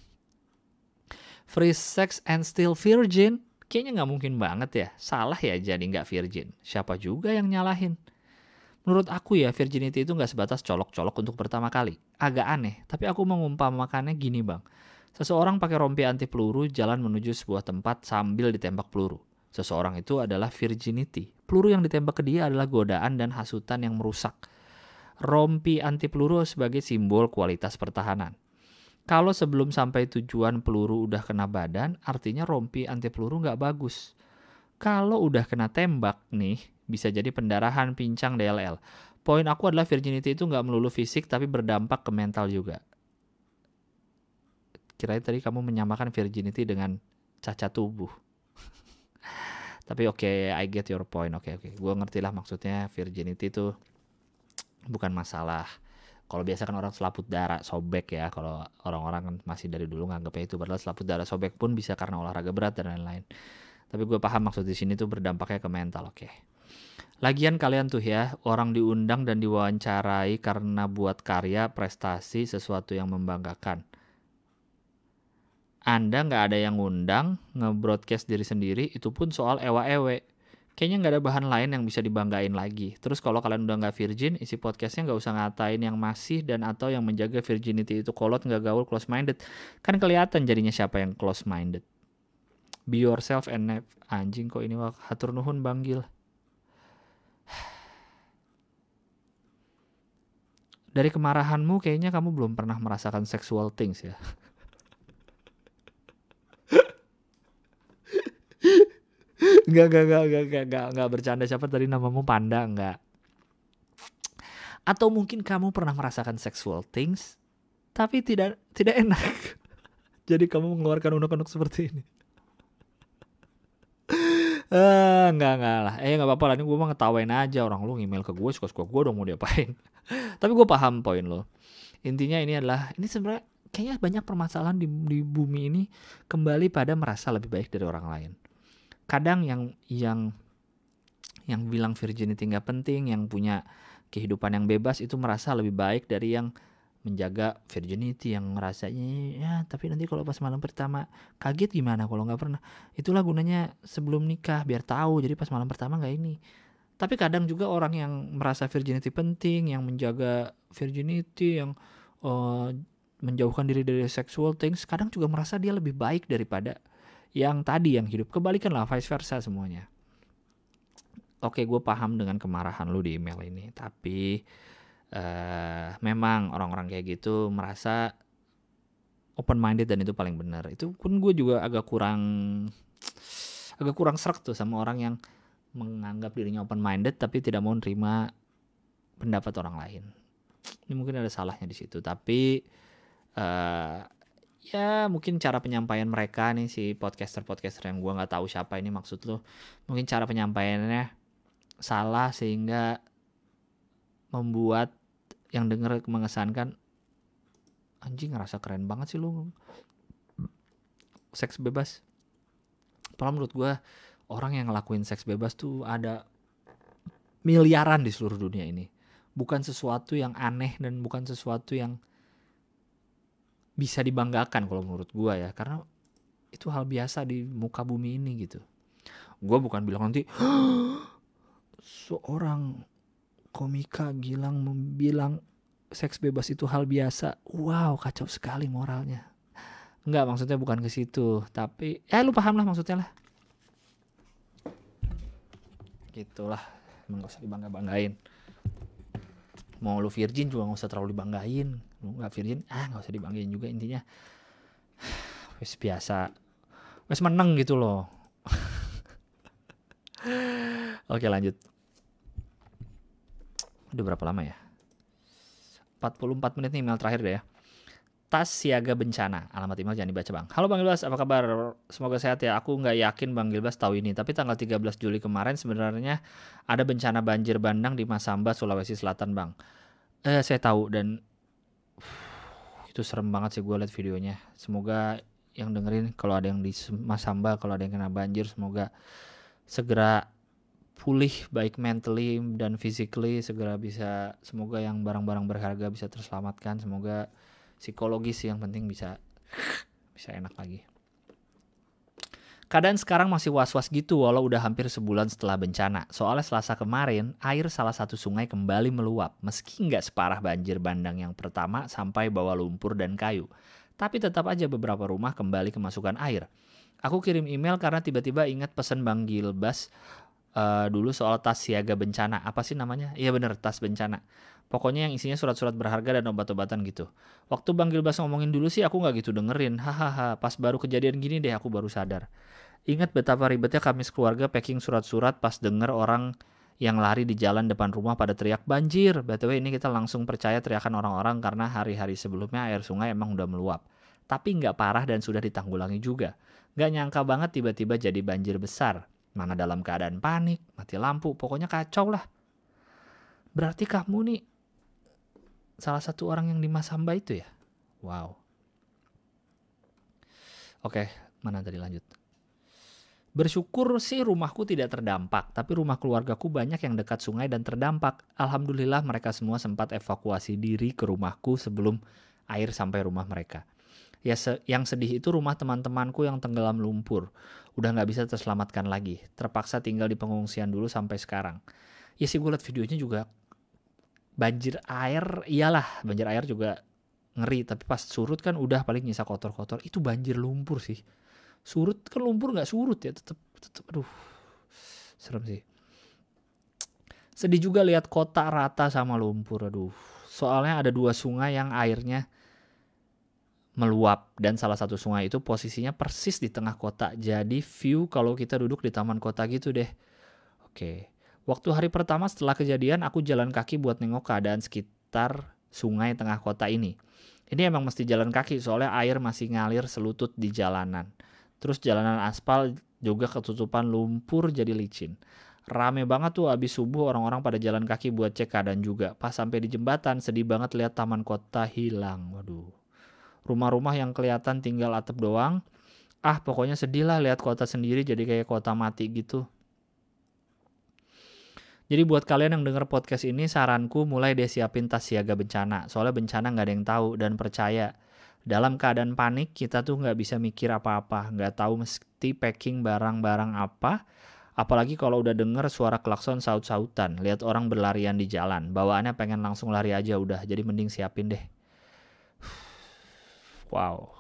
Free sex and still virgin? Kayaknya nggak mungkin banget ya. Salah ya jadi nggak virgin. Siapa juga yang nyalahin? Menurut aku ya virginity itu nggak sebatas colok-colok untuk pertama kali. Agak aneh, tapi aku mengumpamakannya gini bang. Seseorang pakai rompi anti peluru jalan menuju sebuah tempat sambil ditembak peluru. Seseorang itu adalah virginity. Peluru yang ditembak ke dia adalah godaan dan hasutan yang merusak. Rompi anti peluru sebagai simbol kualitas pertahanan. Kalau sebelum sampai tujuan peluru udah kena badan, artinya rompi anti peluru nggak bagus. Kalau udah kena tembak nih, bisa jadi pendarahan, pincang, D L L. Poin aku adalah virginity itu nggak melulu fisik tapi berdampak ke mental juga. Kirain tadi kamu menyamakan virginity dengan cacat tubuh. Tapi oke, okay, I get your point. Oke, okay, oke. Okay. Gue ngerti lah maksudnya virginity itu bukan masalah. Kalau biasa kan orang selaput darah sobek ya. Kalau orang-orang kan masih dari dulu nganggapnya itu. Padahal selaput darah sobek pun bisa karena olahraga berat dan lain-lain. Tapi gue paham maksud di sini tuh berdampaknya ke mental. Oke. Okay. Lagian kalian tuh ya, orang diundang dan diwawancarai karena buat karya, prestasi, sesuatu yang membanggakan. Anda nggak ada yang ngundang, nge-broadcast diri sendiri, itu pun soal ewa-ewe. Kayaknya nggak ada bahan lain yang bisa dibanggain lagi. Terus kalau kalian udah nggak virgin, isi podcastnya nggak usah ngatain yang masih dan atau yang menjaga virginity itu kolot, nggak gaul, close-minded. Kan kelihatan jadinya siapa yang close-minded. Be yourself and never... Anjing kok ini wak hatur nuhun banggil. Dari kemarahanmu kayaknya kamu belum pernah merasakan sexual things ya. Enggak, enggak, enggak, enggak, enggak, enggak, enggak bercanda. Siapa tadi namamu Panda? Enggak. Atau mungkin kamu pernah merasakan sexual things, tapi tidak tidak enak. Jadi kamu mengeluarkan unek-unek seperti ini. Ah, enggak, enggak lah. Eh, enggak apa-apa lah. Ini gue mah ngetawain aja. Orang lu email ke gue, suka-suka gue dong mau diapain. Tapi gue paham poin lo. Intinya ini adalah, ini sebenarnya kayaknya banyak permasalahan di, di bumi ini kembali pada merasa lebih baik dari orang lain. Kadang yang yang yang bilang virginity nggak penting, yang punya kehidupan yang bebas itu merasa lebih baik dari yang menjaga virginity, yang ngerasanya ya tapi nanti kalau pas malam pertama kaget gimana kalau nggak pernah. Itulah gunanya sebelum nikah, biar tahu. Jadi pas malam pertama nggak ini. Tapi kadang juga orang yang merasa virginity penting, yang menjaga virginity, yang uh, menjauhkan diri dari sexual things, kadang juga merasa dia lebih baik daripada yang tadi yang hidup. Kebalikan lah, vice versa semuanya. Oke, gue paham dengan kemarahan lu di email ini, tapi uh, memang orang-orang kayak gitu merasa open minded dan itu paling benar. Itu pun gue juga agak kurang agak kurang serak tuh sama orang yang menganggap dirinya open minded tapi tidak mau nerima pendapat orang lain. Ini mungkin ada salahnya di situ, tapi uh, ya mungkin cara penyampaian mereka nih, si podcaster-podcaster yang gue nggak tahu siapa ini maksud lo, mungkin cara penyampaiannya salah sehingga membuat yang denger mengesankan anjing ngerasa keren banget sih lu seks bebas. Padahal menurut gue orang yang ngelakuin seks bebas tuh ada miliaran di seluruh dunia ini. Bukan sesuatu yang aneh dan bukan sesuatu yang bisa dibanggakan kalau menurut gue ya. Karena itu hal biasa di muka bumi ini gitu. Gue bukan bilang nanti seorang komika Gilang membilang seks bebas itu hal biasa. Wow, kacau sekali moralnya. Enggak, maksudnya bukan ke situ. Tapi ya lu paham lah maksudnya lah. Gitulah, emang gak usah dibangga-banggain. Mau lu virgin juga gak usah terlalu dibanggain. Lu gak virgin, ah gak usah dibanggain juga intinya. Wes biasa. Wes menang gitu loh. Oke lanjut. Udah berapa lama ya? empat puluh empat menit nih email terakhir deh ya. Tas Siaga Bencana, alamat email jangan dibaca bang. Halo Bang Gilbas, apa kabar? Semoga sehat ya. Aku nggak yakin Bang Gilbas tahu ini, tapi tanggal tiga belas Juli kemarin sebenarnya ada bencana banjir bandang di Masamba, Sulawesi Selatan bang. Eh saya tahu dan uh, itu serem banget sih gue liat videonya. Semoga yang dengerin, kalau ada yang di Masamba, kalau ada yang kena banjir, semoga segera pulih baik mentally dan physically, segera bisa, semoga yang barang-barang berharga bisa terselamatkan, semoga psikologis yang penting bisa bisa enak lagi. Keadaan sekarang masih was-was gitu walau udah hampir sebulan setelah bencana. Soalnya Selasa kemarin, air salah satu sungai kembali meluap. Meski nggak separah banjir bandang yang pertama sampai bawa lumpur dan kayu. Tapi tetap aja beberapa rumah kembali kemasukan air. Aku kirim email karena tiba-tiba ingat pesan Bang Gilbas uh, dulu soal tas siaga bencana. Apa sih namanya? Iya bener, tas bencana. Pokoknya yang isinya surat-surat berharga dan obat-obatan gitu. Waktu Bang Gilbas ngomongin dulu sih aku gak gitu dengerin. Hahaha, pas baru kejadian gini deh aku baru sadar. Ingat betapa ribetnya kami sekeluarga packing surat-surat pas denger orang yang lari di jalan depan rumah pada teriak banjir. B T W ini kita langsung percaya teriakan orang-orang karena hari-hari sebelumnya air sungai emang udah meluap. Tapi gak parah dan sudah ditanggulangi juga. Gak nyangka banget tiba-tiba jadi banjir besar. Mana dalam keadaan panik, mati lampu, pokoknya kacau lah. Berarti kamu nih salah satu orang yang di Masamba itu ya? Wow. Oke, mana tadi lanjut. Bersyukur sih rumahku tidak terdampak, tapi rumah keluargaku banyak yang dekat sungai dan terdampak. Alhamdulillah mereka semua sempat evakuasi diri ke rumahku sebelum air sampai rumah mereka. Ya se- yang sedih itu rumah teman-temanku yang tenggelam lumpur. Udah gak bisa terselamatkan lagi. Terpaksa tinggal di pengungsian dulu sampai sekarang. Ya sih gue liat videonya juga banjir air, iyalah banjir air juga ngeri. Tapi pas surut kan udah paling nyisa kotor-kotor. Itu banjir lumpur sih. Surut kan lumpur gak surut ya. Tetep, tetep aduh serem sih. Sedih juga lihat kota rata sama lumpur. Aduh. Soalnya ada dua sungai yang airnya meluap dan salah satu sungai itu posisinya persis di tengah kota. Jadi view kalau kita duduk di taman kota gitu deh. Oke. Waktu hari pertama setelah kejadian aku jalan kaki buat nengok keadaan sekitar sungai tengah kota ini. Ini emang mesti jalan kaki soalnya air masih ngalir selutut di jalanan. Terus jalanan aspal juga ketutupan lumpur jadi licin. Rame banget tuh abis subuh orang-orang pada jalan kaki buat cek keadaan juga. Pas sampai di jembatan sedih banget lihat taman kota hilang. Waduh. Rumah-rumah yang kelihatan tinggal atap doang. Ah pokoknya sedih lah lihat kota sendiri jadi kayak kota mati gitu. Jadi buat kalian yang denger podcast ini saranku mulai deh siapin tas siaga bencana. Soalnya bencana gak ada yang tahu dan percaya. Dalam keadaan panik kita tuh gak bisa mikir apa-apa. Gak tahu mesti packing barang-barang apa. Apalagi kalau udah denger suara klakson saut-sautan. Lihat orang berlarian di jalan. Bawaannya pengen langsung lari aja udah. Jadi mending siapin deh. Wow.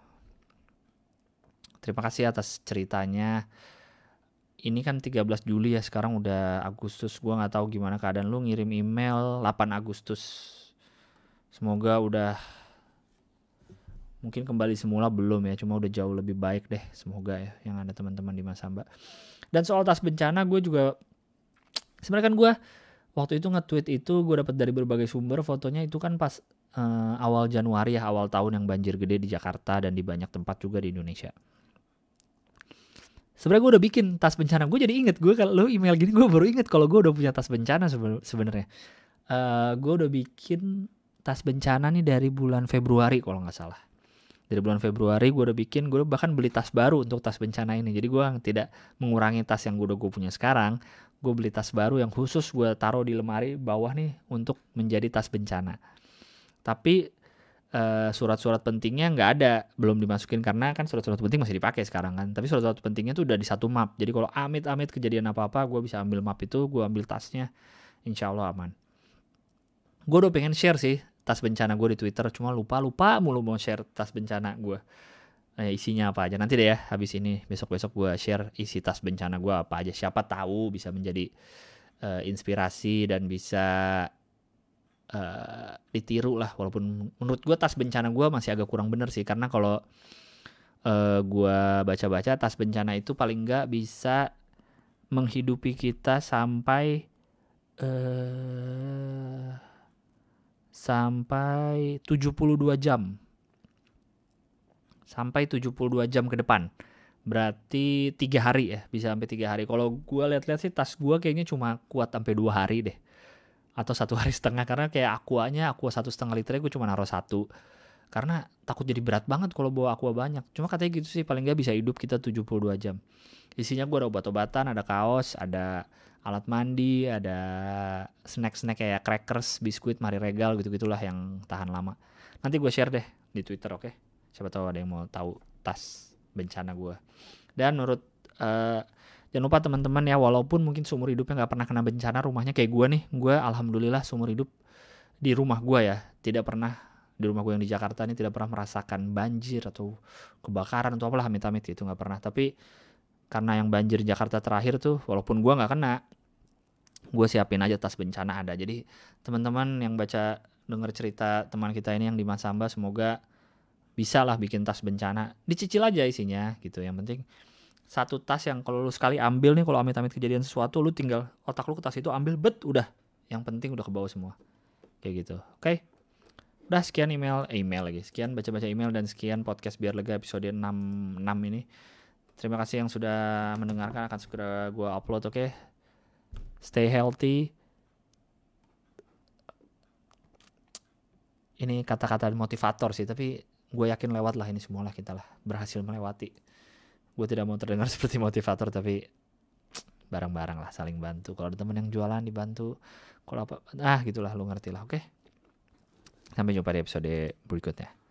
Terima kasih atas ceritanya. Ini kan tiga belas Juli ya, sekarang udah Agustus. Gua nggak tahu gimana keadaan lu, ngirim email delapan Agustus. Semoga udah mungkin kembali semula belum ya, cuma udah jauh lebih baik deh. Semoga ya yang ada teman-teman di Masamba. Dan soal tas bencana gue juga sebenarnya kan gue waktu itu nge-tweet itu gue dapat dari berbagai sumber fotonya itu kan pas uh, awal Januari ya, awal tahun yang banjir gede di Jakarta dan di banyak tempat juga di Indonesia. Sebenarnya gue udah bikin tas bencana. Gue jadi inget gue kalau lo email gini gue baru inget kalau gue udah punya tas bencana sebenarnya. Uh, gue udah bikin tas bencana nih dari bulan Februari kalau nggak salah. Dari bulan Februari gue udah bikin, gue bahkan beli tas baru untuk tas bencana ini. Jadi gue tidak mengurangi tas yang gue udah gue punya sekarang. Gue beli tas baru yang khusus gue taruh di lemari bawah nih untuk menjadi tas bencana. Tapi Uh, surat-surat pentingnya nggak ada, belum dimasukin karena kan surat-surat penting masih dipakai sekarang kan. Tapi surat-surat pentingnya tuh udah di satu map. Jadi kalau amit-amit kejadian apa-apa, gue bisa ambil map itu, gue ambil tasnya, insya Allah aman. Gue udah pengen share sih tas bencana gue di Twitter, cuma lupa-lupa mulu mau share tas bencana gue. Eh, isinya apa aja nanti deh ya, habis ini besok-besok gue share isi tas bencana gue apa aja. Siapa tahu bisa menjadi uh, inspirasi dan bisa Uh, ditiru lah, walaupun menurut gue tas bencana gue masih agak kurang bener sih, karena kalau uh, gue baca-baca tas bencana itu paling nggak bisa menghidupi kita sampai uh, sampai tujuh puluh dua jam sampai tujuh puluh dua jam ke depan, berarti tiga hari ya, bisa sampai tiga hari. Kalau gue lihat-lihat sih tas gue kayaknya cuma kuat sampai dua hari deh, atau satu hari setengah, karena kayak aquanya aqua satu setengah liter gue cuma naruh satu, Karena takut jadi berat banget kalau bawa aqua banyak. Cuma katanya gitu sih, paling nggak bisa hidup kita tujuh puluh dua jam. Isinya gue ada obat-obatan, ada kaos, ada alat mandi, ada snack-snack kayak crackers, biskuit, Mari Regal gitu-gitulah yang tahan lama. Nanti gue share deh di Twitter, oke? Okay? Siapa tahu ada yang mau tahu tas bencana gue. Dan menurut uh, jangan lupa teman-teman ya, walaupun mungkin seumur hidupnya nggak pernah kena bencana rumahnya kayak gue nih, gue alhamdulillah seumur hidup di rumah gue ya tidak pernah, di rumah gue yang di Jakarta ini tidak pernah merasakan banjir atau kebakaran atau apalah, amit-amit gitu, nggak pernah. Tapi karena yang banjir Jakarta terakhir tuh, walaupun gue nggak kena, gue siapin aja tas bencana ada. Jadi teman-teman yang baca denger cerita teman kita ini yang di Masamba, semoga bisa lah bikin tas bencana, dicicil aja isinya gitu. Yang penting satu tas yang kalau lu sekali ambil nih, kalau amit-amit kejadian sesuatu, lu tinggal otak lu ke tas itu ambil, bet, udah. Yang penting udah ke bawah semua. Kayak gitu. Oke. Okay? Udah, sekian email, eh, email lagi. Sekian baca-baca email dan sekian podcast Biar Lega episode enam puluh enam ini. Terima kasih yang sudah mendengarkan, akan segera gue upload, oke? Okay? Stay healthy. Ini kata-kata motivator sih, tapi gue yakin lewat lah ini semua lah, kita lah berhasil melewati. Gue tidak mau terdengar seperti motivator, tapi bareng-bareng lah, saling bantu. Kalau ada temen yang jualan dibantu, kalau apa, ah gitulah, lu ngerti lah, oke? Okay? Sampai jumpa di episode berikutnya.